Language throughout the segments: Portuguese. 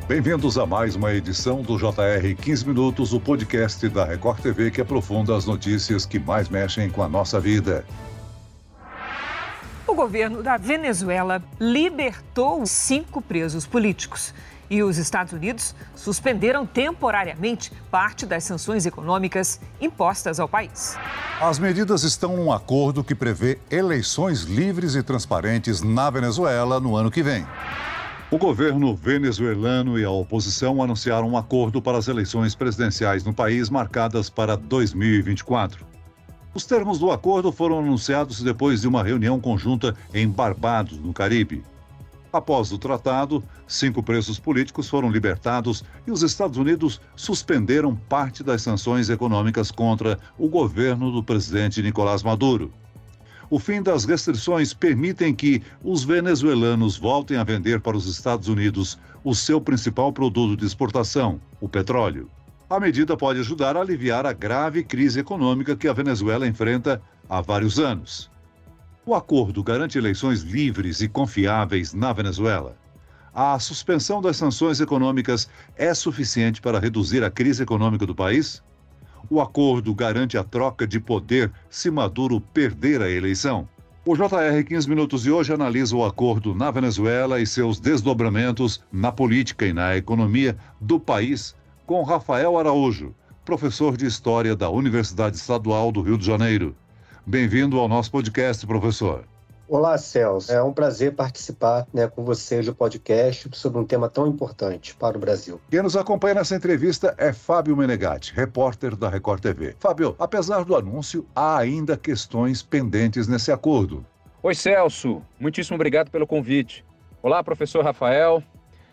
Bem-vindos a mais uma edição do JR 15 Minutos, o podcast da Record TV que aprofunda as notícias que mais mexem com a nossa vida. O governo da Venezuela libertou 5 presos políticos e os Estados Unidos suspenderam temporariamente parte das sanções econômicas impostas ao país. As medidas estão num acordo que prevê eleições livres e transparentes na Venezuela no ano que vem. O governo venezuelano e a oposição anunciaram um acordo para as eleições presidenciais no país marcadas para 2024. Os termos do acordo foram anunciados depois de uma reunião conjunta em Barbados, no Caribe. Após o tratado, 5 presos políticos foram libertados e os Estados Unidos suspenderam parte das sanções econômicas contra o governo do presidente Nicolás Maduro. O fim das restrições permitem que os venezuelanos voltem a vender para os Estados Unidos o seu principal produto de exportação, o petróleo. A medida pode ajudar a aliviar a grave crise econômica que a Venezuela enfrenta há vários anos. O acordo garante eleições livres e confiáveis na Venezuela. A suspensão das sanções econômicas é suficiente para reduzir a crise econômica do país? O acordo garante a troca de poder se Maduro perder a eleição. O JR 15 Minutos de hoje analisa o acordo na Venezuela e seus desdobramentos na política e na economia do país com Rafael Araújo, professor de História da Universidade Estadual do Rio de Janeiro. Bem-vindo ao nosso podcast, professor. Olá, Celso. É um prazer participar com vocês do podcast sobre um tema tão importante para o Brasil. Quem nos acompanha nessa entrevista é Fábio Menegatti, repórter da Record TV. Fábio, apesar do anúncio, há ainda questões pendentes nesse acordo. Oi, Celso. Muitíssimo obrigado pelo convite. Olá, professor Rafael.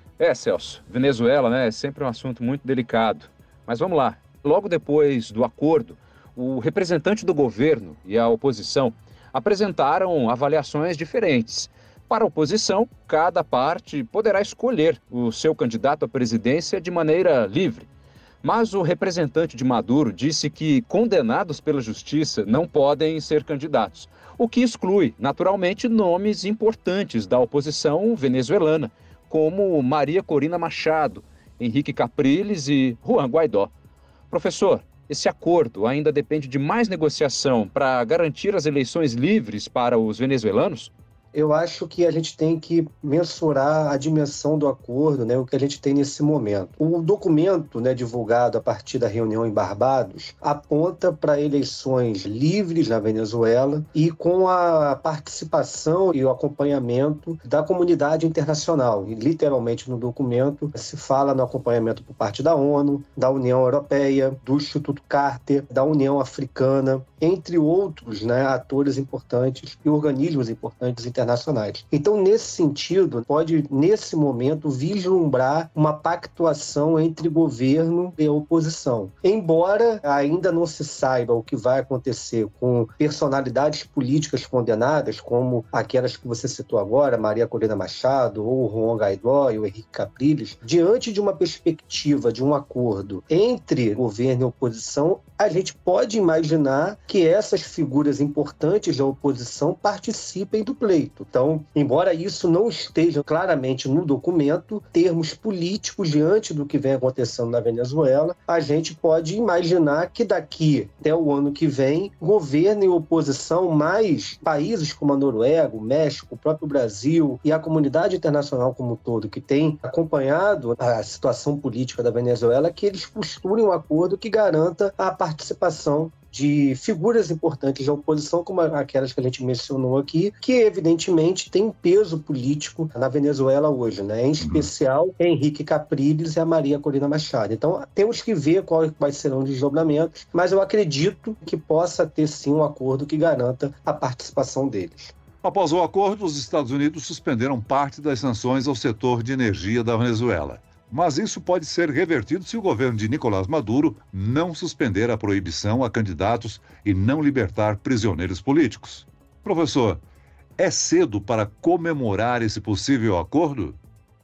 Celso, Venezuela, é sempre um assunto muito delicado. Mas vamos lá. Logo depois do acordo, o representante do governo e a oposição apresentaram avaliações diferentes. Para a oposição, cada parte poderá escolher o seu candidato à presidência de maneira livre. Mas o representante de Maduro disse que condenados pela justiça não podem ser candidatos, o que exclui, naturalmente, nomes importantes da oposição venezuelana, como Maria Corina Machado, Henrique Capriles e Juan Guaidó. Professor, esse acordo ainda depende de mais negociação para garantir as eleições livres para os venezuelanos? Eu acho que a gente tem que mensurar a dimensão do acordo, o que a gente tem nesse momento. O documento divulgado a partir da reunião em Barbados aponta para eleições livres na Venezuela e com a participação e o acompanhamento da comunidade internacional. E, literalmente, no documento se fala no acompanhamento por parte da ONU, da União Europeia, do Instituto Carter, da União Africana, entre outros atores importantes e organismos importantes internacionais. Então, nesse sentido, pode, nesse momento, vislumbrar uma pactuação entre governo e oposição. Embora ainda não se saiba o que vai acontecer com personalidades políticas condenadas, como aquelas que você citou agora, Maria Corina Machado, ou o Juan Guaidó e o Henrique Capriles, diante de uma perspectiva de um acordo entre governo e oposição, a gente pode imaginar que essas figuras importantes da oposição participem do pleito. Então, embora isso não esteja claramente no documento, termos políticos diante do que vem acontecendo na Venezuela, a gente pode imaginar que daqui até o ano que vem, governo e oposição, mais países como a Noruega, o México, o próprio Brasil e a comunidade internacional como um todo, que tem acompanhado a situação política da Venezuela, que eles costurem um acordo que garanta a participação de figuras importantes da oposição, como aquelas que a gente mencionou aqui, que evidentemente tem peso político na Venezuela hoje, em especial Henrique Capriles e a Maria Corina Machado. Então, temos que ver quais serão os desdobramentos, mas eu acredito que possa ter sim um acordo que garanta a participação deles. Após o acordo, os Estados Unidos suspenderam parte das sanções ao setor de energia da Venezuela. Mas isso pode ser revertido se o governo de Nicolás Maduro não suspender a proibição a candidatos e não libertar prisioneiros políticos. Professor, é cedo para comemorar esse possível acordo?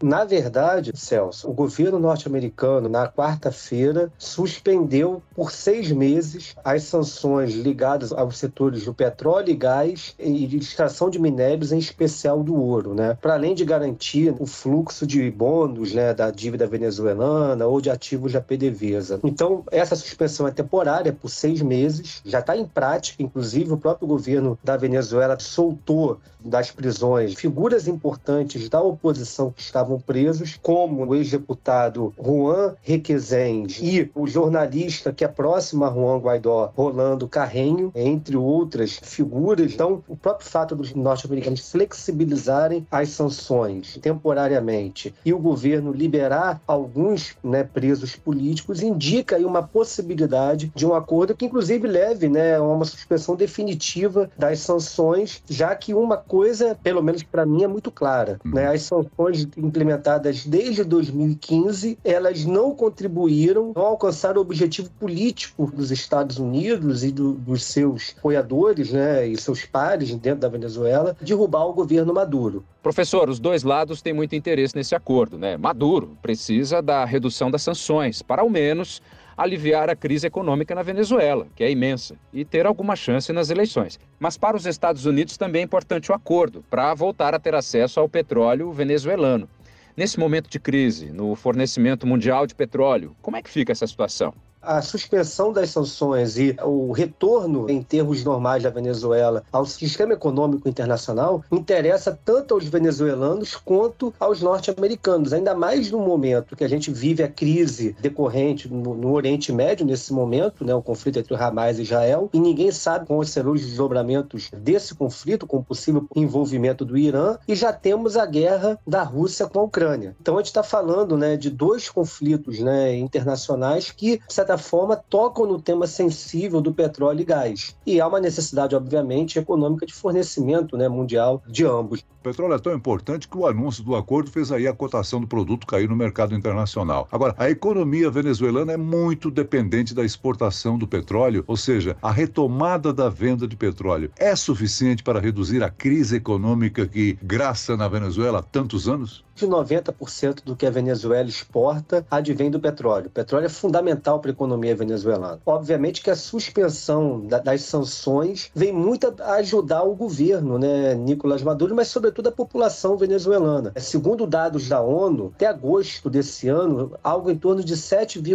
Na verdade, Celso, o governo norte-americano, na quarta-feira, suspendeu por 6 meses as sanções ligadas aos setores do petróleo e gás e de extração de minérios, em especial do ouro, né? Para além de garantir o fluxo de bônus, né, da dívida venezuelana ou de ativos da PDVSA. Então, essa suspensão é temporária por 6 meses, já está em prática, inclusive o próprio governo da Venezuela soltou das prisões figuras importantes da oposição que estavam presos, como o ex-deputado Juan Requesens e o jornalista que é próximo a Juan Guaidó, Rolando Carreño, entre outras figuras. Então, o próprio fato dos norte-americanos flexibilizarem as sanções temporariamente e o governo liberar alguns, né, presos políticos indica aí uma possibilidade de um acordo que, inclusive, leve, né, a uma suspensão definitiva das sanções, já que uma coisa, pelo menos para mim, é muito clara, né? As sanções implementadas desde 2015, elas não contribuíram, não alcançaram o objetivo político dos Estados Unidos e dos seus apoiadores, né, e seus pares dentro da Venezuela, derrubar o governo Maduro. Professor, os dois lados têm muito interesse nesse acordo, né? Maduro precisa da redução das sanções para, ao menos, aliviar a crise econômica na Venezuela, que é imensa, e ter alguma chance nas eleições. Mas para os Estados Unidos também é importante o acordo, para voltar a ter acesso ao petróleo venezuelano. Nesse momento de crise, no fornecimento mundial de petróleo, como é que fica essa situação? A suspensão das sanções e o retorno em termos normais da Venezuela ao sistema econômico internacional interessa tanto aos venezuelanos quanto aos norte-americanos, ainda mais no momento que a gente vive a crise decorrente no Oriente Médio, nesse momento, né, o conflito entre o Hamas e Israel, e ninguém sabe quais serão os desdobramentos desse conflito, com o possível envolvimento do Irã, e já temos a guerra da Rússia com a Ucrânia. Então a gente está falando, né, de dois conflitos, né, internacionais que, de certa forma, tocam no tema sensível do petróleo e gás. E há uma necessidade, obviamente, econômica de fornecimento, né, mundial de ambos. O petróleo é tão importante que o anúncio do acordo fez aí a cotação do produto cair no mercado internacional. Agora, a economia venezuelana é muito dependente da exportação do petróleo, ou seja, a retomada da venda de petróleo é suficiente para reduzir a crise econômica que graça na Venezuela há tantos anos? De 90% do que a Venezuela exporta advém do petróleo. O petróleo é fundamental para a economia venezuelana. Obviamente que a suspensão das sanções vem muito a ajudar o governo, né, Nicolás Maduro, mas sobretudo a população venezuelana. Segundo dados da ONU, até agosto desse ano, algo em torno de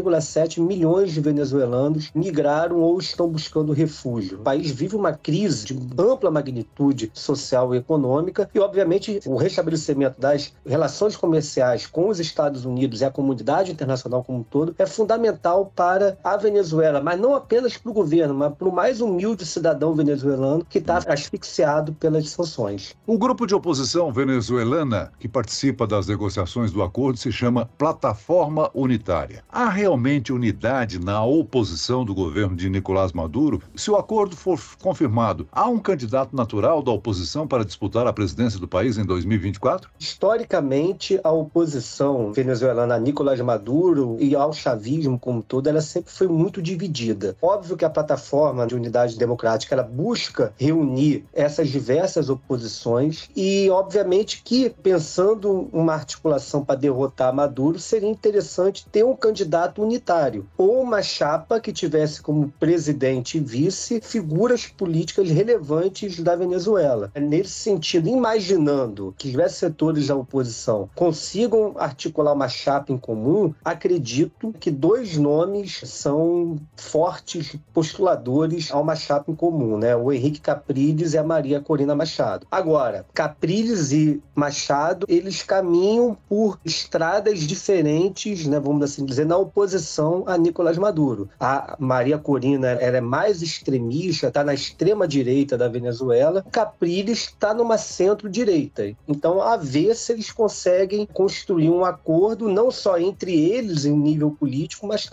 7,7 milhões de venezuelanos migraram ou estão buscando refúgio. O país vive uma crise de ampla magnitude social e econômica e, obviamente, o restabelecimento das relações comerciais com os Estados Unidos e a comunidade internacional como um todo é fundamental para a Venezuela, mas não apenas para o governo, mas para o mais humilde cidadão venezuelano que está asfixiado pelas sanções. O grupo de oposição venezuelana que participa das negociações do acordo se chama Plataforma Unitária. Há realmente unidade na oposição do governo de Nicolás Maduro? Se o acordo for confirmado, há um candidato natural da oposição para disputar a presidência do país em 2024? Historicamente, a oposição venezuelana a Nicolás Maduro e ao chavismo como um todo, ela sempre foi muito dividida. Óbvio que a plataforma de unidade democrática, ela busca reunir essas diversas oposições e, obviamente, que, pensando uma articulação para derrotar Maduro, seria interessante ter um candidato unitário ou uma chapa que tivesse como presidente e vice figuras políticas relevantes da Venezuela. Nesse sentido, imaginando que diversos setores da oposição consigam articular uma chapa em comum, acredito que dois nomes são fortes postuladores a uma chapa em comum, né? O Henrique Capriles e a Maria Corina Machado. Agora, Capriles e Machado, eles caminham por estradas diferentes, né, vamos assim dizer, na oposição a Nicolás Maduro. A Maria Corina, ela é mais extremista, está na extrema direita da Venezuela. O Capriles está numa centro-direita. Então, a ver se eles conseguem construir um acordo não só entre eles em nível político, mas também com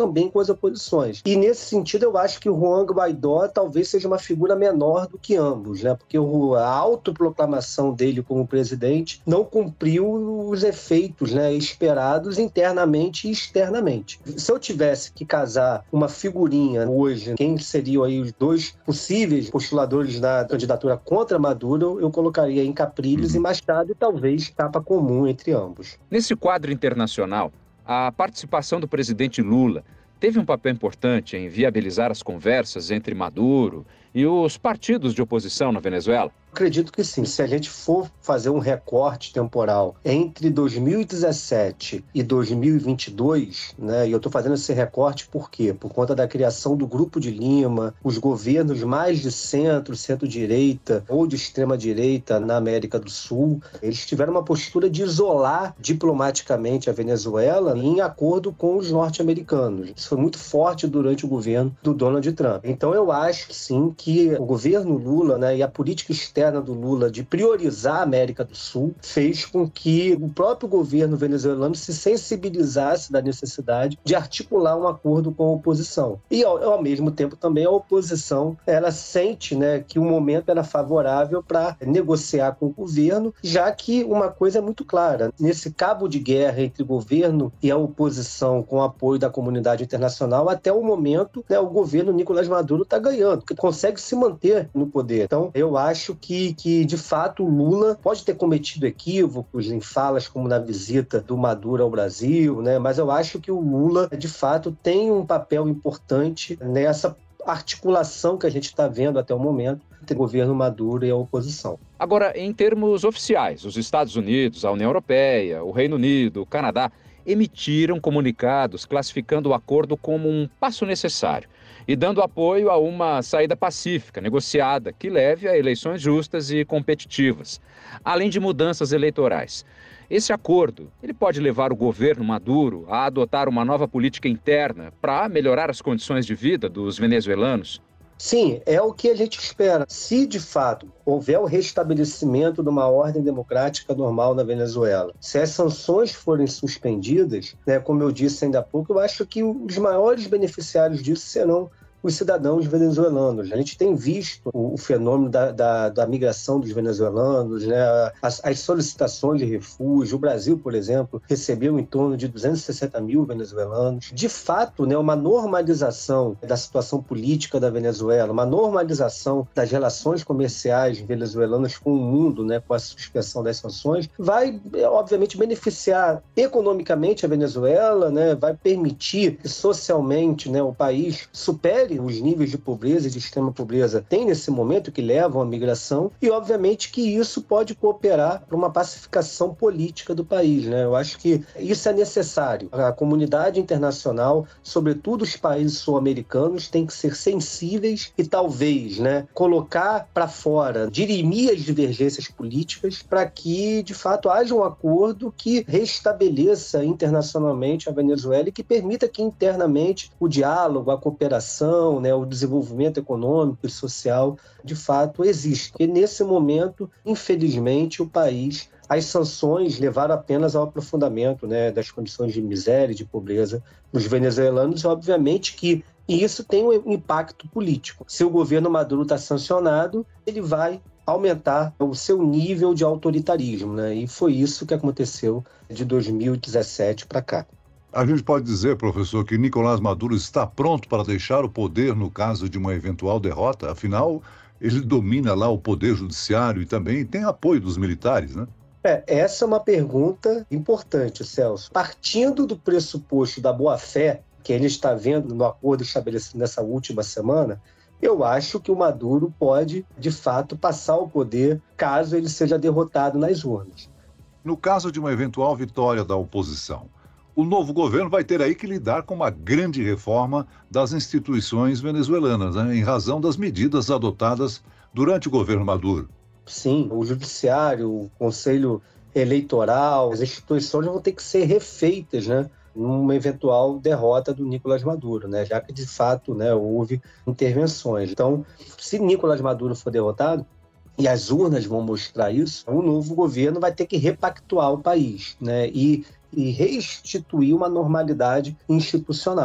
as oposições. E nesse sentido eu acho que o Juan Guaidó talvez seja uma figura menor do que ambos, né? Porque a autoproclamação dele como presidente não cumpriu os efeitos, né, esperados internamente e externamente. Se eu tivesse que casar uma figurinha hoje, quem seriam aí os dois possíveis postuladores da candidatura contra Maduro, eu colocaria em Capriles e Machado e talvez capa comum entre ambos. Nesse quadro internacional, a participação do presidente Lula teve um papel importante em viabilizar as conversas entre Maduro e os partidos de oposição na Venezuela? Acredito que sim. Se a gente for fazer um recorte temporal entre 2017 e 2022, né, e eu estou fazendo esse recorte por quê? Por conta da criação do Grupo de Lima, os governos mais de centro, centro-direita ou de extrema-direita na América do Sul, eles tiveram uma postura de isolar diplomaticamente a Venezuela em acordo com os norte-americanos. Isso foi muito forte durante o governo do Donald Trump. Então eu acho que sim, que o governo Lula, né, e a política externa do Lula de priorizar a América do Sul fez com que o próprio governo venezuelano se sensibilizasse da necessidade de articular um acordo com a oposição. E, ao mesmo tempo, também a oposição ela sente, né, que o momento era favorável para negociar com o governo, já que uma coisa é muito clara. Nesse cabo de guerra entre o governo e a oposição com o apoio da comunidade internacional, até o momento, né, o governo Nicolás Maduro está ganhando, porque consegue se manter no poder. Então, eu acho que de fato o Lula pode ter cometido equívocos em falas como na visita do Maduro ao Brasil, né? Mas eu acho que o Lula, de fato, tem um papel importante nessa articulação que a gente está vendo até o momento entre o governo Maduro e a oposição. Agora, em termos oficiais, os Estados Unidos, a União Europeia, o Reino Unido, o Canadá emitiram comunicados classificando o acordo como um passo necessário e dando apoio a uma saída pacífica, negociada, que leve a eleições justas e competitivas, além de mudanças eleitorais. Esse acordo, ele pode levar o governo Maduro a adotar uma nova política interna para melhorar as condições de vida dos venezuelanos? Sim, é o que a gente espera. Se, de fato, houver o restabelecimento de uma ordem democrática normal na Venezuela, se as sanções forem suspendidas, né, como eu disse ainda há pouco, eu acho que os maiores beneficiários disso serão os cidadãos venezuelanos. A gente tem visto o fenômeno da migração dos venezuelanos, né? As solicitações de refúgio. O Brasil, por exemplo, recebeu em torno de 260 mil venezuelanos. De fato, né, uma normalização da situação política da Venezuela, uma normalização das relações comerciais venezuelanas com o mundo, né, com a suspensão das sanções, vai, obviamente, beneficiar economicamente a Venezuela, né, vai permitir que socialmente, né, o país supere os níveis de pobreza e de extrema pobreza tem nesse momento que levam à migração e, obviamente, que isso pode cooperar para uma pacificação política do país, né? Eu acho que isso é necessário. A comunidade internacional, sobretudo os países sul-americanos, tem que ser sensíveis e talvez, né, colocar para fora, dirimir as divergências políticas para que, de fato, haja um acordo que restabeleça internacionalmente a Venezuela e que permita que internamente o diálogo, a cooperação, né, o desenvolvimento econômico e social, de fato, existe. E nesse momento, infelizmente, o país, as sanções levaram apenas ao aprofundamento, né, das condições de miséria e de pobreza dos venezuelanos, e obviamente que isso tem um impacto político. Se o governo Maduro está sancionado, ele vai aumentar o seu nível de autoritarismo, né? E foi isso que aconteceu de 2017 para cá. A gente pode dizer, professor, que Nicolás Maduro está pronto para deixar o poder no caso de uma eventual derrota? Afinal, ele domina lá o poder judiciário e também tem apoio dos militares, né? Essa é uma pergunta importante, Celso. Partindo do pressuposto da boa-fé que ele está vendo no acordo estabelecido nessa última semana, eu acho que o Maduro pode, de fato, passar o poder caso ele seja derrotado nas urnas. No caso de uma eventual vitória da oposição, o novo governo vai ter aí que lidar com uma grande reforma das instituições venezuelanas, né, em razão das medidas adotadas durante o governo Maduro. Sim, o judiciário, o conselho eleitoral, as instituições vão ter que ser refeitas, né, numa eventual derrota do Nicolás Maduro, né, já que de fato, né, houve intervenções. Então, se Nicolás Maduro for derrotado, e as urnas vão mostrar isso, o novo governo vai ter que repactuar o país, né, e restituir uma normalidade institucional.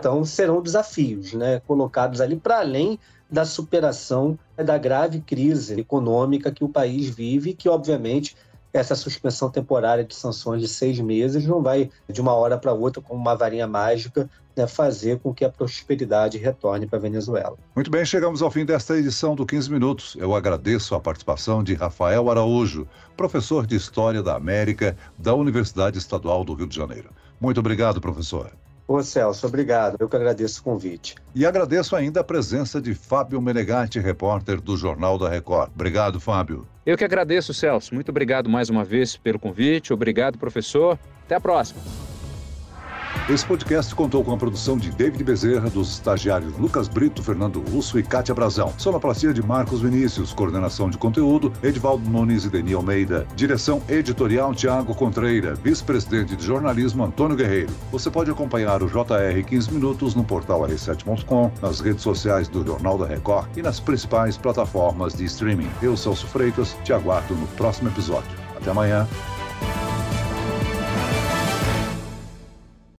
Então, serão desafios, né, colocados ali para além da superação da grave crise econômica que o país vive, que, obviamente, essa suspensão temporária de sanções de 6 meses não vai, de uma hora para outra, como uma varinha mágica, né, fazer com que a prosperidade retorne para a Venezuela. Muito bem, chegamos ao fim desta edição do 15 Minutos. Eu agradeço a participação de Rafael Araújo, professor de História da América da Universidade Estadual do Rio de Janeiro. Muito obrigado, professor. Ô Celso, obrigado. Eu que agradeço o convite. E agradeço ainda a presença de Fábio Menegatti, repórter do Jornal da Record. Obrigado, Fábio. Eu que agradeço, Celso. Muito obrigado mais uma vez pelo convite. Obrigado, professor. Até a próxima. Esse podcast contou com a produção de David Bezerra, dos estagiários Lucas Brito, Fernando Russo e Kátia Brazão. Sonoplastia de Marcos Vinícius, coordenação de conteúdo, Edivaldo Nunes e Deni Almeida. Direção editorial, Tiago Contreira, vice-presidente de jornalismo, Antônio Guerreiro. Você pode acompanhar o JR 15 Minutos no portal r7.com, nas redes sociais do Jornal da Record e nas principais plataformas de streaming. Eu, Celso Freitas, te aguardo no próximo episódio. Até amanhã.